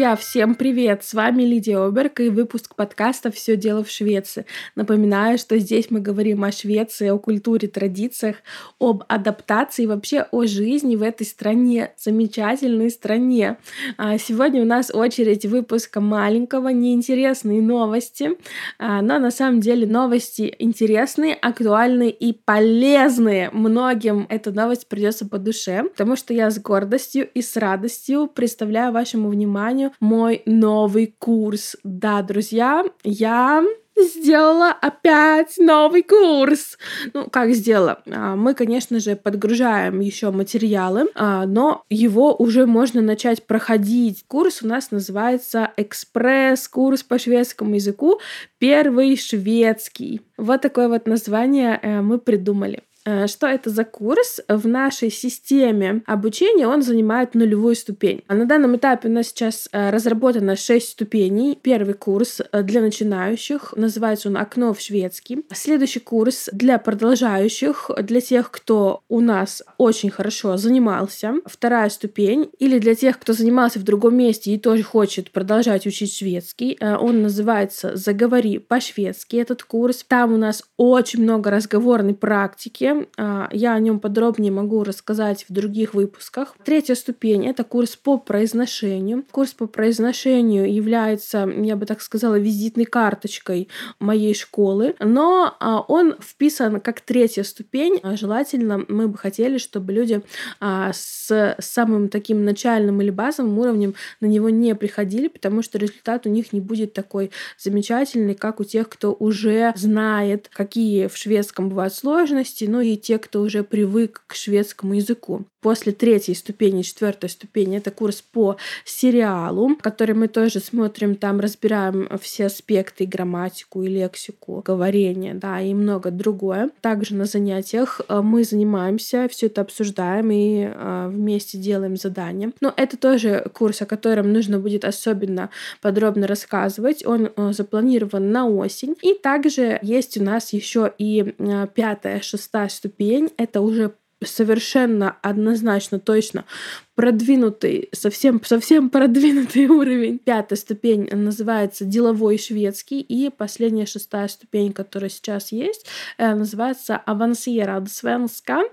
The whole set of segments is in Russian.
Друзья, всем привет! С вами Лидия Оберг и выпуск подкаста «Все дело в Швеции». Напоминаю, что здесь мы говорим о Швеции, о культуре, традициях, об адаптации и вообще о жизни в этой стране, замечательной стране. Сегодня у нас очередь выпуска маленького, неинтересные новости, но на самом деле новости интересные, актуальные и полезные. Многим эта новость придется по душе, потому что я с гордостью и с радостью представляю вашему вниманию мой новый курс. Да, друзья, я сделала опять новый курс. Как сделала? Мы, конечно же, подгружаем еще материалы, но его уже можно начать проходить. Курс у нас называется «Экспресс-курс по шведскому языку. Первый шведский». Вот такое вот название мы придумали. Что это за курс? В нашей системе обучения он занимает нулевую ступень. На данном этапе у нас сейчас разработано 6 ступеней. Первый курс для начинающих, называется он «Окно в шведский». Следующий курс для продолжающих, для тех, кто у нас очень хорошо занимался. Вторая ступень, или для тех, кто занимался в другом месте и тоже хочет продолжать учить шведский. Он называется «Заговори по-шведски», этот курс. Там у нас очень много разговорной практики. Я о нем подробнее могу рассказать в других выпусках. Третья ступень — это курс по произношению. Курс по произношению является, я бы так сказала, визитной карточкой моей школы, но он вписан как третья ступень. Желательно мы бы хотели, чтобы люди с самым таким начальным или базовым уровнем на него не приходили, потому что результат у них не будет такой замечательный, как у тех, кто уже знает, какие в шведском бывают сложности, и те, кто уже привык к шведскому языку. После третьей ступени, четвертой ступени, это курс по сериалу, который мы тоже смотрим, там разбираем все аспекты, и грамматику, и лексику, говорение, и много другое. Также на занятиях мы занимаемся, все это обсуждаем и вместе делаем задания. Но это тоже курс, о котором нужно будет особенно подробно рассказывать. Он запланирован на осень. И также есть у нас еще и 5-я, 6-я ступень. Это уже совершенно однозначно, точно продвинутый, совсем продвинутый уровень. 5-я ступень называется «Деловой шведский», и последняя 6-я ступень, которая сейчас есть, называется «Avancerad svenska»,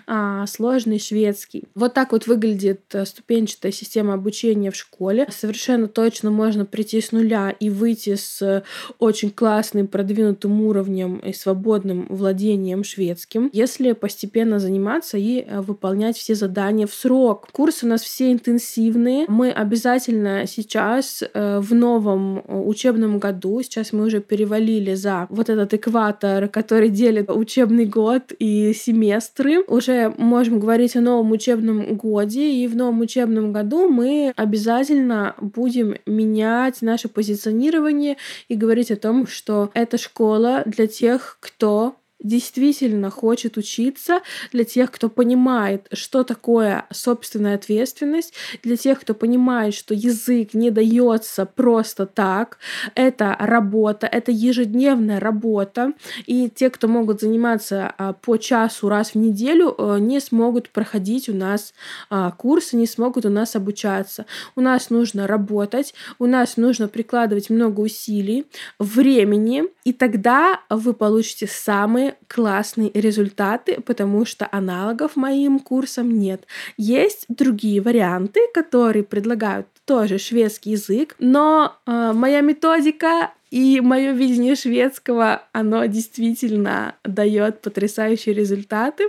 сложный шведский. Вот так вот выглядит ступенчатая система обучения в школе. Совершенно точно можно прийти с нуля и выйти с очень классным продвинутым уровнем и свободным владением шведским, если постепенно заниматься и выполнять все задания в срок. Курсы у нас все интенсивные. Мы обязательно сейчас в новом учебном году, сейчас мы уже перевалили за вот этот экватор, который делит учебный год и семестры, уже можем говорить о новом учебном годе, и в новом учебном году мы обязательно будем менять наше позиционирование и говорить о том, что это школа для тех, кто действительно хочет учиться, для тех, кто понимает, что такое собственная ответственность, для тех, кто понимает, что язык не дается просто так. Это работа, это ежедневная работа, и те, кто могут заниматься по часу раз в неделю, не смогут проходить у нас курсы, не смогут у нас обучаться. У нас нужно работать, у нас нужно прикладывать много усилий, времени, и тогда вы получите самые классные результаты, потому что аналогов моим курсам нет. Есть другие варианты, которые предлагают тоже шведский язык, но моя методика и мое видение шведского, оно действительно дает потрясающие результаты,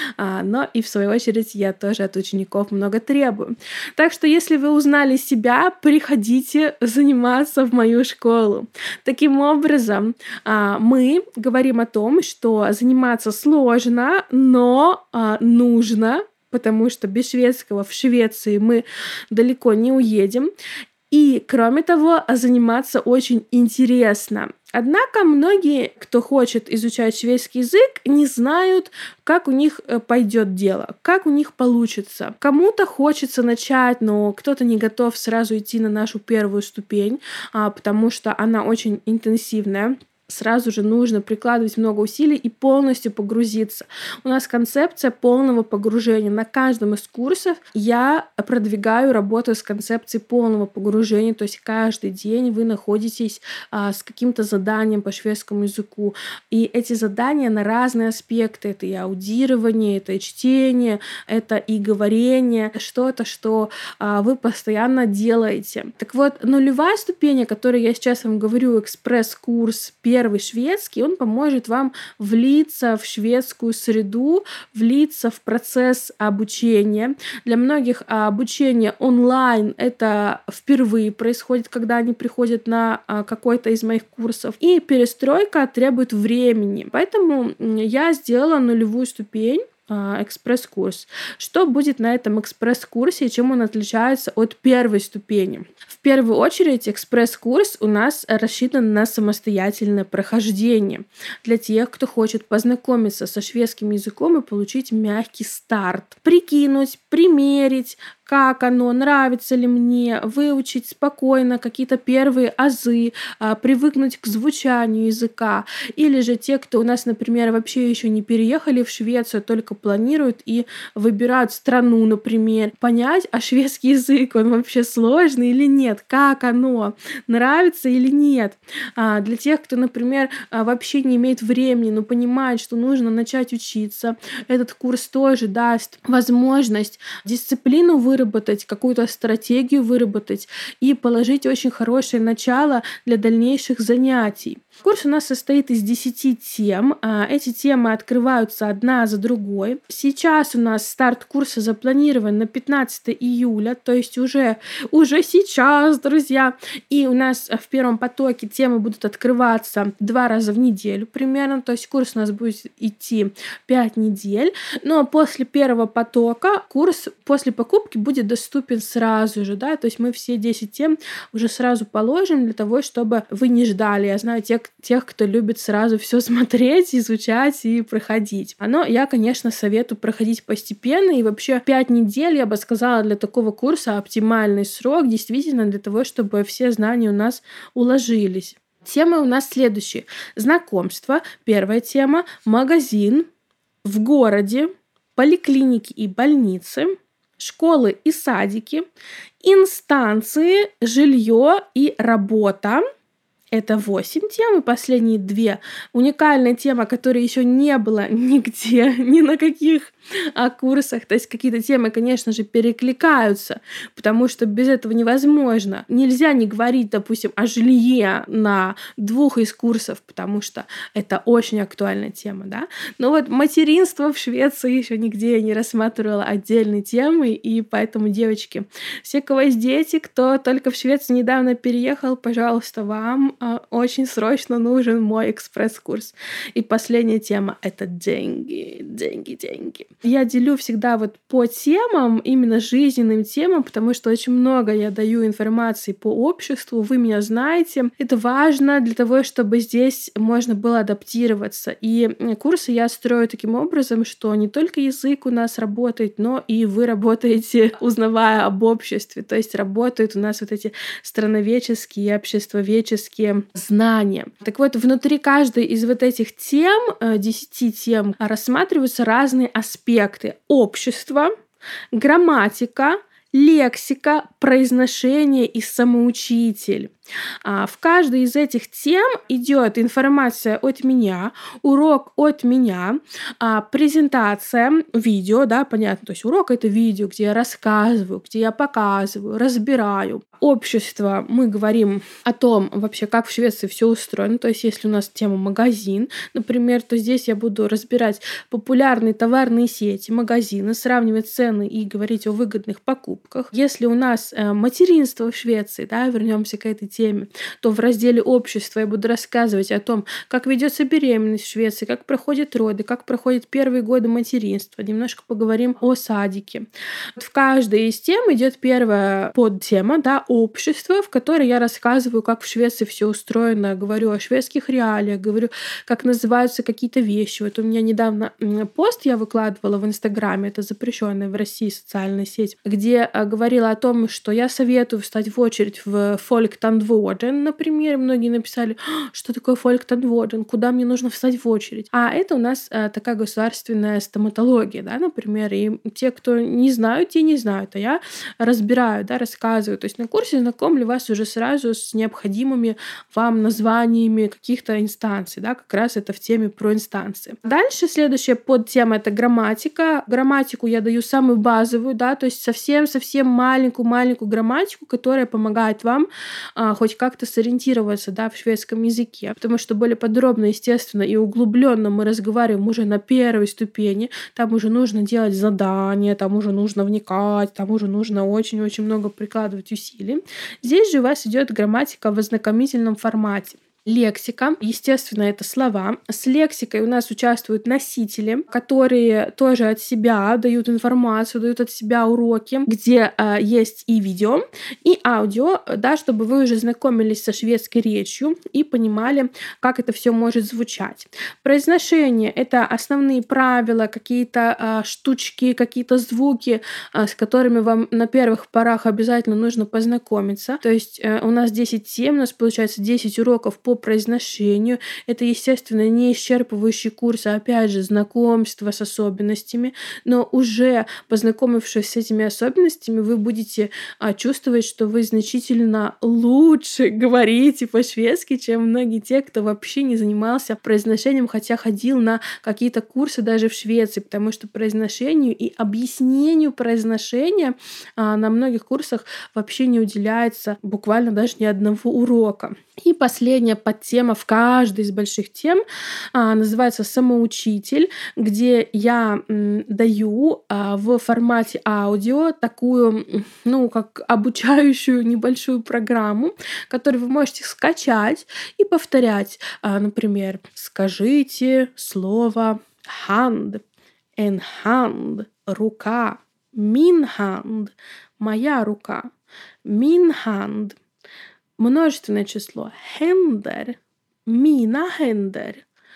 но и в свою очередь я тоже от учеников много требую. Так что если вы узнали себя, приходите заниматься в мою школу. Таким образом, мы говорим о том, что заниматься сложно, но нужно, потому что без шведского в Швеции мы далеко не уедем. И, кроме того, заниматься очень интересно. Однако многие, кто хочет изучать шведский язык, не знают, как у них пойдет дело, как у них получится. Кому-то хочется начать, но кто-то не готов сразу идти на нашу первую ступень, потому что она очень интенсивная. сразу же нужно прикладывать много усилий и полностью погрузиться. У нас концепция полного погружения. На каждом из курсов я продвигаю работу с концепцией полного погружения, то есть каждый день вы находитесь с каким-то заданием по шведскому языку. И эти задания на разные аспекты. Это и аудирование, это и чтение, это и говорение, что-то, что вы постоянно делаете. Так вот, нулевая ступень, о которой я сейчас вам говорю, экспресс-курс первый шведский, он поможет вам влиться в шведскую среду, влиться в процесс обучения. Для многих обучение онлайн — это впервые происходит, когда они приходят на какой-то из моих курсов. И перестройка требует времени. Поэтому я сделала нулевую ступень, экспресс-курс. Что будет на этом экспресс-курсе и чем он отличается от первой ступени? В первую очередь, экспресс-курс у нас рассчитан на самостоятельное прохождение для тех, кто хочет познакомиться со шведским языком и получить мягкий старт. Прикинуть, примерить, как оно, нравится ли мне, выучить спокойно какие-то первые азы, привыкнуть к звучанию языка. Или же те, кто у нас, например, вообще еще не переехали в Швецию, только планируют и выбирают страну, например, понять, а шведский язык, он вообще сложный или нет, как оно, нравится или нет. Для тех, кто, например, вообще не имеет времени, но понимает, что нужно начать учиться, этот курс тоже даст возможность дисциплину выработать, какую-то стратегию выработать и положить очень хорошее начало для дальнейших занятий. Курс у нас состоит из 10 тем. Эти темы открываются одна за другой. Сейчас у нас старт курса запланирован на 15 июля, то есть уже сейчас, друзья. И у нас в первом потоке темы будут открываться 2 раза в неделю примерно, то есть курс у нас будет идти 5 недель. Но после первого потока курс после покупки будет доступен сразу же, да, то есть мы все 10 тем уже сразу положим для того, чтобы вы не ждали. Я знаю тех, кто любит сразу все смотреть, изучать и проходить. Но я, конечно, советую проходить постепенно, и вообще 5 недель, я бы сказала, для такого курса оптимальный срок, действительно, для того, чтобы все знания у нас уложились. Темы у нас следующие. Знакомство, первая тема, магазин, в городе, поликлиники и больницы, школы и садики, инстанции, жилье и работа. Это 8 тем, и последние 2 уникальная тема, которой еще не было нигде, ни на каких курсах. То есть какие-то темы, конечно же, перекликаются, потому что без этого невозможно. Нельзя не говорить, допустим, о жилье на 2 из курсов, потому что это очень актуальная тема, да. Но вот материнство в Швеции еще нигде я не рассматривала отдельной темой, и поэтому, девочки, все, кого есть дети, кто только в Швецию недавно переехал, пожалуйста, вам очень срочно нужен мой экспресс-курс. И последняя тема — это деньги. Я делю всегда вот по темам, именно жизненным темам, потому что очень много я даю информации по обществу, вы меня знаете. Это важно для того, чтобы здесь можно было адаптироваться. И курсы я строю таким образом, что не только язык у нас работает, но и вы работаете, узнавая об обществе. То есть работают у нас вот эти страноведческие и обществоведческие знания. Так вот, внутри каждой из вот этих тем, 10 тем, рассматриваются разные аспекты. Общество, грамматика, лексика, произношение и самоучитель. В каждой из этих тем идет информация от меня, урок от меня, презентация, видео, да, понятно, то есть урок — это видео, где я рассказываю, где я показываю, разбираю. Общество, мы говорим о том вообще, как в Швеции все устроено, то есть если у нас тема магазин, например, то здесь я буду разбирать популярные товарные сети, магазины, сравнивать цены и говорить о выгодных покупках. Если у нас материнство в Швеции, да, вернемся к этой теме, то в разделе «Общество» я буду рассказывать о том, как ведется беременность в Швеции, как проходят роды, как проходят первые годы материнства. Немножко поговорим о садике. В каждой из тем идет первая подтема, да, общество, в которой я рассказываю, как в Швеции все устроено, говорю о шведских реалиях, говорю, как называются какие-то вещи. Вот у меня недавно пост я выкладывала в Инстаграме, это запрещенная в России социальная сеть, где уже говорила о том, что я советую встать в очередь в Folktandvården, например. Многие написали, что такое Folktandvården, куда мне нужно встать в очередь. А это у нас такая государственная стоматология, да, например. И те, кто не знают, те не знают, а я разбираю, да, рассказываю. То есть на курсе знакомлю вас уже сразу с необходимыми вам названиями каких-то инстанций, да, как раз это в теме про инстанции. Дальше следующая подтема — это грамматика. Грамматику я даю самую базовую, да, то есть совсем маленькую грамматику, которая помогает вам хоть как-то сориентироваться, да, в шведском языке, потому что более подробно, естественно, и углубленно мы разговариваем уже на первой ступени, там уже нужно делать задания, там уже нужно вникать, там уже нужно очень-очень много прикладывать усилий. Здесь же у вас идет грамматика в ознакомительном формате. Лексика, естественно, это слова. С лексикой у нас участвуют носители, которые тоже от себя дают информацию, дают от себя уроки, где есть и видео, и аудио, да, чтобы вы уже знакомились со шведской речью и понимали, как это все может звучать. Произношение — это основные правила, какие-то штучки, какие-то звуки, с которыми вам на первых порах обязательно нужно познакомиться. То есть у нас 10 тем, у нас получается 10 уроков по произношению. Это, естественно, не исчерпывающий курс, а опять же знакомство с особенностями, но уже познакомившись с этими особенностями, вы будете чувствовать, что вы значительно лучше говорите по-шведски, чем многие те, кто вообще не занимался произношением, хотя ходил на какие-то курсы даже в Швеции, потому что произношению и объяснению произношения на многих курсах вообще не уделяется буквально даже ни одного урока. И последняя подтема в каждой из больших тем называется «Самоучитель», где я даю в формате аудио такую, как обучающую небольшую программу, которую вы можете скачать и повторять. Например, скажите слово «hand», «en hand», «рука», «min hand», «моя рука», «min hand». Множественное число händer, mina händer,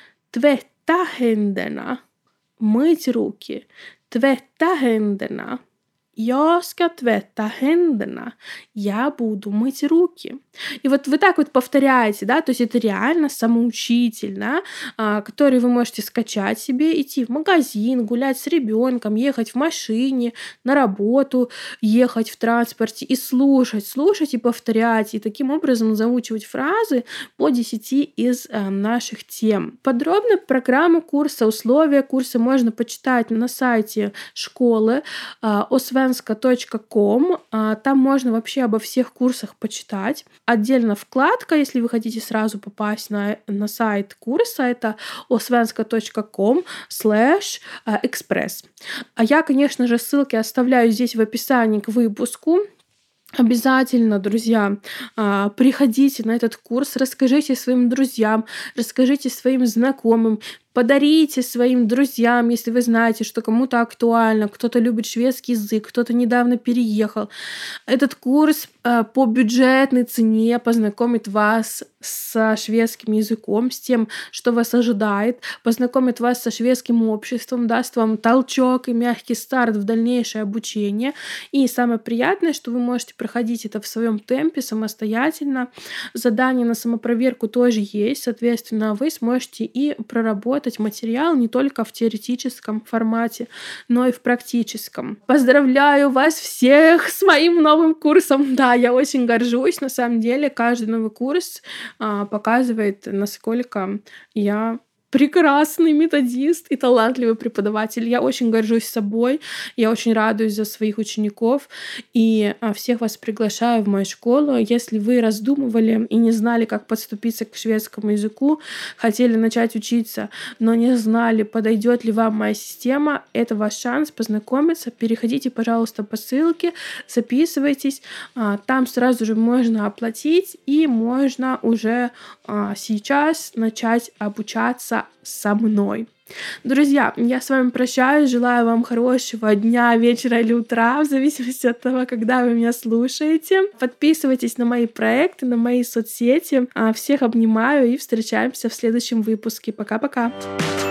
tvätta händerna, мыть руки, tvätta händerna. Я ska tvätta händerna. Я буду мыть руки. И вот вы так вот повторяете, да, то есть это реально самоучитель, да, который вы можете скачать себе, идти в магазин, гулять с ребенком, ехать в машине, на работу, ехать в транспорте и слушать и повторять, и таким образом заучивать фразы по 10 из наших тем. Подробно программу курса, условия курса можно почитать на сайте школы osvenska.com. Там можно вообще обо всех курсах почитать. Отдельно вкладка, если вы хотите сразу попасть на сайт курса, это osvenska.com/express. А я, конечно же, ссылки оставляю здесь в описании к выпуску. Обязательно, друзья, приходите на этот курс, расскажите своим друзьям, расскажите своим знакомым, подарите своим друзьям, если вы знаете, что кому-то актуально, кто-то любит шведский язык, кто-то недавно переехал. Этот курс по бюджетной цене познакомит вас со шведским языком, с тем, что вас ожидает, познакомит вас со шведским обществом, даст вам толчок и мягкий старт в дальнейшее обучение. И самое приятное, что вы можете проходить это в своем темпе самостоятельно. Задания на самопроверку тоже есть, соответственно, вы сможете и проработать материал не только в теоретическом формате, но и в практическом. Поздравляю вас всех с моим новым курсом! Да, я очень горжусь. На самом деле, каждый новый курс показывает, насколько я прекрасный методист и талантливый преподаватель. Я очень горжусь собой, я очень радуюсь за своих учеников и всех вас приглашаю в мою школу. Если вы раздумывали и не знали, как подступиться к шведскому языку, хотели начать учиться, но не знали, подойдет ли вам моя система, это ваш шанс познакомиться. Переходите, пожалуйста, по ссылке, записывайтесь. Там сразу же можно оплатить и можно уже сейчас начать обучаться со мной. Друзья, я с вами прощаюсь, желаю вам хорошего дня, вечера или утра, в зависимости от того, когда вы меня слушаете. Подписывайтесь на мои проекты, на мои соцсети. Всех обнимаю и встречаемся в следующем выпуске. Пока-пока!